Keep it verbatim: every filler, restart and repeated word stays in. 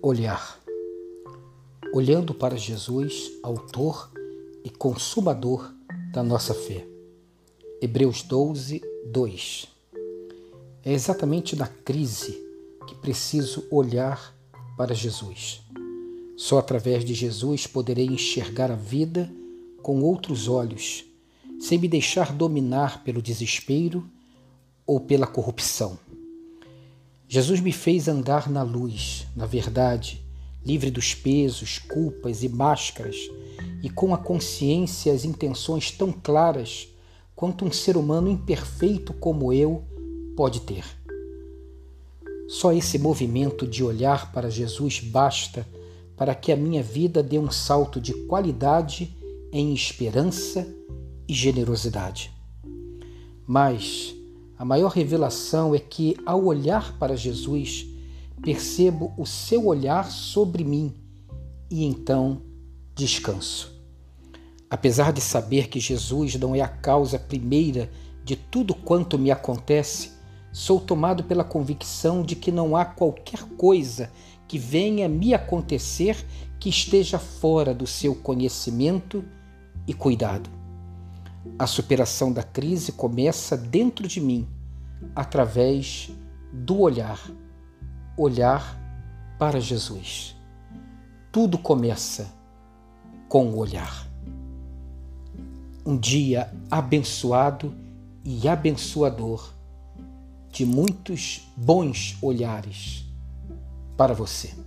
Olhar. Olhando para Jesus, autor e consumador da nossa fé. Hebreus doze, dois. É exatamente na crise que preciso olhar para Jesus. Só através de Jesus poderei enxergar a vida com outros olhos, sem me deixar dominar pelo desespero ou pela corrupção. Jesus me fez andar na luz, na verdade, livre dos pesos, culpas e máscaras, e com a consciência e as intenções tão claras quanto um ser humano imperfeito como eu pode ter. Só esse movimento de olhar para Jesus basta para que a minha vida dê um salto de qualidade em esperança e generosidade. Mas a maior revelação é que, ao olhar para Jesus, percebo o seu olhar sobre mim e então descanso. Apesar de saber que Jesus não é a causa primeira de tudo quanto me acontece, sou tomado pela convicção de que não há qualquer coisa que venha me acontecer que esteja fora do seu conhecimento e cuidado. A superação da crise começa dentro de mim, através do olhar. Olhar para Jesus. Tudo começa com o olhar. Um dia abençoado e abençoador de muitos bons olhares para você.